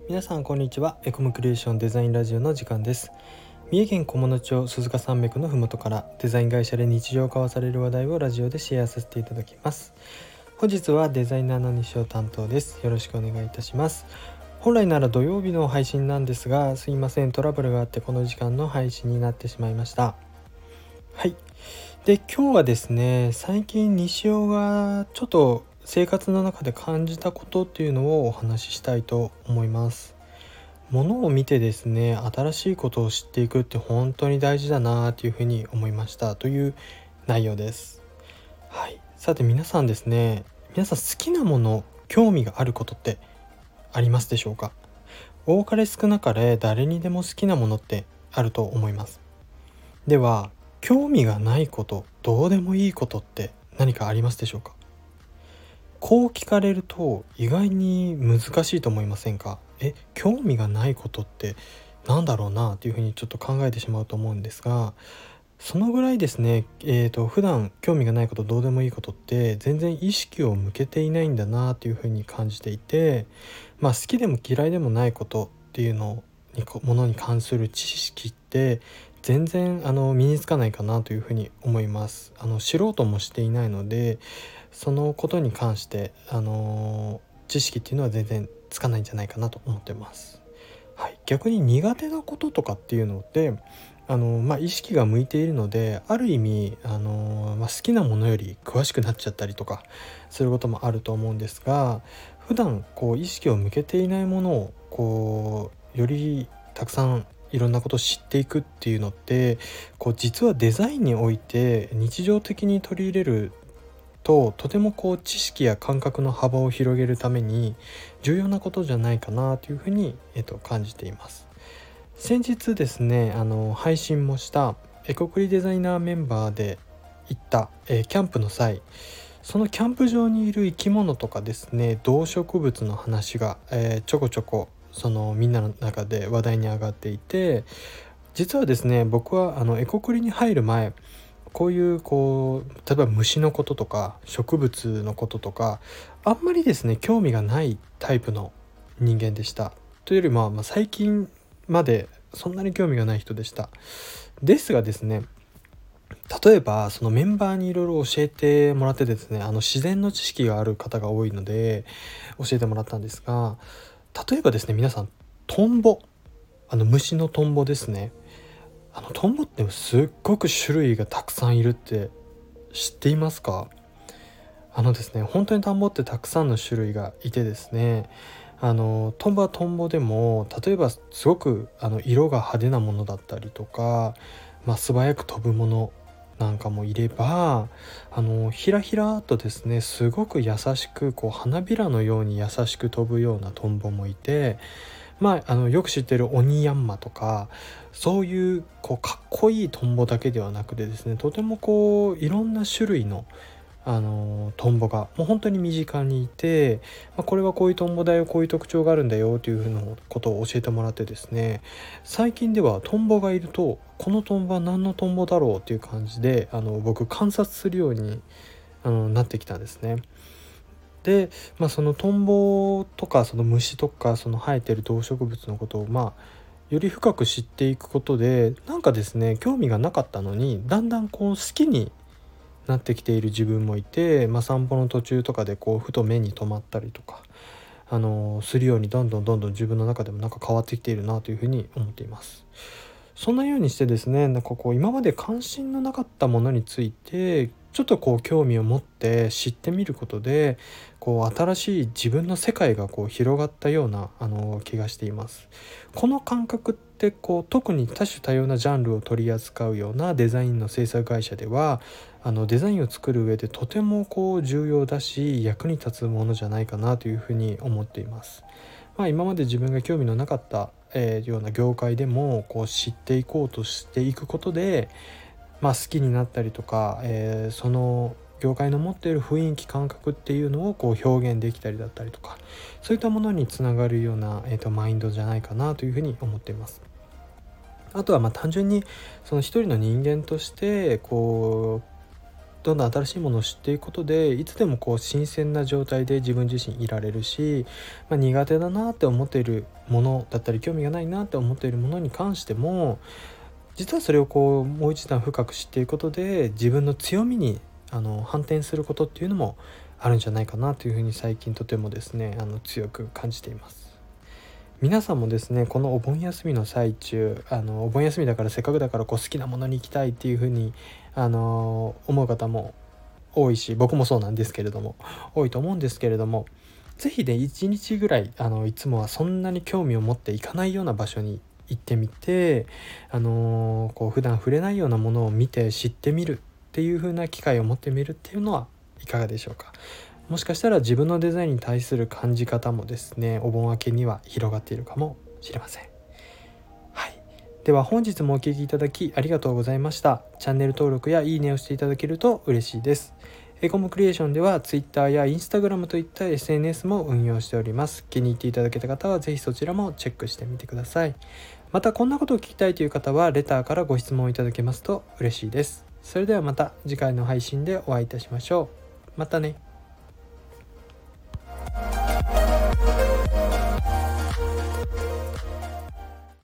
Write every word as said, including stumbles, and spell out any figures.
皆さんこんにちは。エコムクリエーションデザインラジオの時間です。三重県菰野町鈴鹿山脈のふもとからデザイン会社で日常交わされる話題をラジオでシェアさせていただきます。本日はデザイナーの西尾担当です。よろしくお願いいたします。本来なら土曜日の配信なんですが、すいません、トラブルがあってこの時間の配信になってしまいました。はい。で、今日はですね、最近西尾がちょっと生活の中で感じたことっていうのをお話ししたいと思います。物を見てですね、新しいことを知っていくって本当に大事だなというふうに思いましたという内容です。はい。さて皆さんですね、皆さん好きなもの、興味があることってありますでしょうか？多かれ少なかれ誰にでも好きなものってあると思います。では、興味がないこと、どうでもいいことって何かありますでしょうか？こう聞かれると意外に難しいと思いませんか？え、興味がないことってなんだろうなっていうふうにちょっと考えてしまうと思うんですが、そのぐらいですね、えーと普段興味がないこと、どうでもいいことって全然意識を向けていないんだなっていうふうに感じていて、まあ好きでも嫌いでもないことっていうのにものに関する知識って全然あの身につかないかなというふうに思います。あの知ろうともしていないので、そのことに関してあの知識っていうのは全然つかないんじゃないかなと思ってます。はい、逆に苦手なこととかっていうのってあの、まあ、意識が向いているので、ある意味あの、まあ、好きなものより詳しくなっちゃったりとかすることもあると思うんですが、普段こう意識を向けていないものをこうよりたくさんいろんなことを知っていくっていうのって、こう実はデザインにおいて日常的に取り入れるととてもこう知識や感覚の幅を広げるために重要なことじゃないかなというふうに、えっと、感じています。先日ですね、あの配信もしたエコクリデザイナーメンバーで行った、えーキャンプの際、そのキャンプ場にいる生き物とかですね、動植物の話が、えーちょこちょこそのみんなの中で話題に上がっていて、実はですね、僕はあのエコクリに入る前、こういうこう例えば虫のこととか植物のこととかあんまりですね興味がないタイプの人間でした。というよりも、まあ、最近までそんなに興味がない人でした。ですがですね、例えばそのメンバーにいろいろ教えてもらってですね、あの自然の知識がある方が多いので教えてもらったんですが、例えばですね、皆さんトンボ、あの虫のトンボですね、あのトンボってすっごく種類がたくさんいるって知っていますか？あのですね、本当にトンボってたくさんの種類がいてですね、あのトンボはトンボでも、例えばすごくあの色が派手なものだったりとか、まあ、素早く飛ぶものなんかもいれば、あのひらひらっとですね、すごく優しくこう花びらのように優しく飛ぶようなトンボもいて、まあ、あのよく知ってるオニヤンマとか、そういうこうかっこいいトンボだけではなくてですね、とてもこういろんな種類のあのトンボがもう本当に身近にいて、まあ、これはこういうトンボだよ、こういう特徴があるんだよというふうなことを教えてもらってですね、最近ではトンボがいると、このトンボは何のトンボだろうっていう感じであの僕観察するようにあのなってきたんですね。で、まあ、そのトンボとかその虫とかその生えてる動植物のことをまあより深く知っていくことで、なんかですね、興味がなかったのにだんだんこう好きになってきている自分もいて、まあ、散歩の途中とかでこうふと目に留まったりとかあのするように、どんどんどんどん自分の中でもなんか変わってきているなというふうに思っています。そんなようにしてですね、なんかこう今まで関心のなかったものについてちょっとこう興味を持って知ってみることで、こう新しい自分の世界がこう広がったようなあの気がしています。この感覚ってこう特に多種多様なジャンルを取り扱うようなデザインの制作会社では、あのデザインを作る上でとてもこう重要だし役に立つものじゃないかなというふうに思っています。まあ、今まで自分が興味のなかった、えーような業界でもこう知っていこうとしていくことで、まあ、好きになったりとか、えーその業界の持っている雰囲気感覚っていうのをこう表現できたりだったりとか、そういったものにつながるような、えーとマインドじゃないかなというふうに思っています。あとはまあ単純にその一人の人間としてこうどんどん新しいものを知っていくことでいつでもこう新鮮な状態で自分自身いられるし、まあ、苦手だなって思っているものだったり興味がないなって思っているものに関しても実はそれをこうもう一段深く知っていくことで自分の強みにあの反転することっていうのもあるんじゃないかなというふうに最近とてもですねあの強く感じています。皆さんもですねこのお盆休みの最中あのお盆休みだからせっかくだからこう好きなものに行きたいっていうふうにあの思う方も多いし僕もそうなんですけれども多いと思うんですけれどもぜひねいちにちぐらいあのいつもはそんなに興味を持っていかないような場所に行ってみてあのこう普段触れないようなものを見て知ってみるっていう風な機会を持ってみるっていうのはいかがでしょうか。もしかしたら自分のデザインに対する感じ方もですねお盆明けには広がっているかもしれません。はい、では本日もお聞きいただきありがとうございました。チャンネル登録やいいねをしていただけると嬉しいです。エコムクリエーションでは Twitter や Instagram といった エスエヌエス も運用しております。気に入っていただけた方はぜひそちらもチェックしてみてください。またこんなことを聞きたいという方はレターからご質問いただけますと嬉しいです。それではまた次回の配信でお会いいたしましょう。またね。